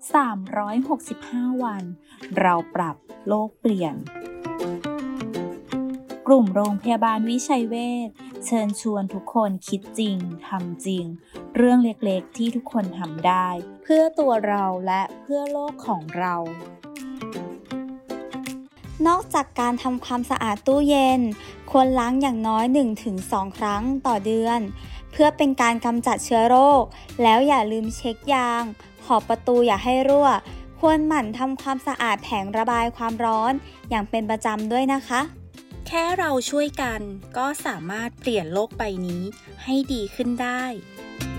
365 วันเราปรับโลกเปลี่ยนกลุ่มโรงพยาบาลวิชัยเวชเชิญชวนทุกคนคิดจริงทำจริงเรื่องเล็กๆที่ทุกคนทำได้เพื่อตัวเราและเพื่อโลกของเรานอกจากการทำความสะอาดตู้เย็นควรล้างอย่างน้อย 1-2 ครั้งต่อเดือนเพื่อเป็นการกำจัดเชื้อโรคแล้วอย่าลืมเช็คยางขอบประตูอย่าให้รั่วควรหมั่นทำความสะอาดแผงระบายความร้อนอย่างเป็นประจำด้วยนะคะแค่เราช่วยกันก็สามารถเปลี่ยนโลกใบนี้ให้ดีขึ้นได้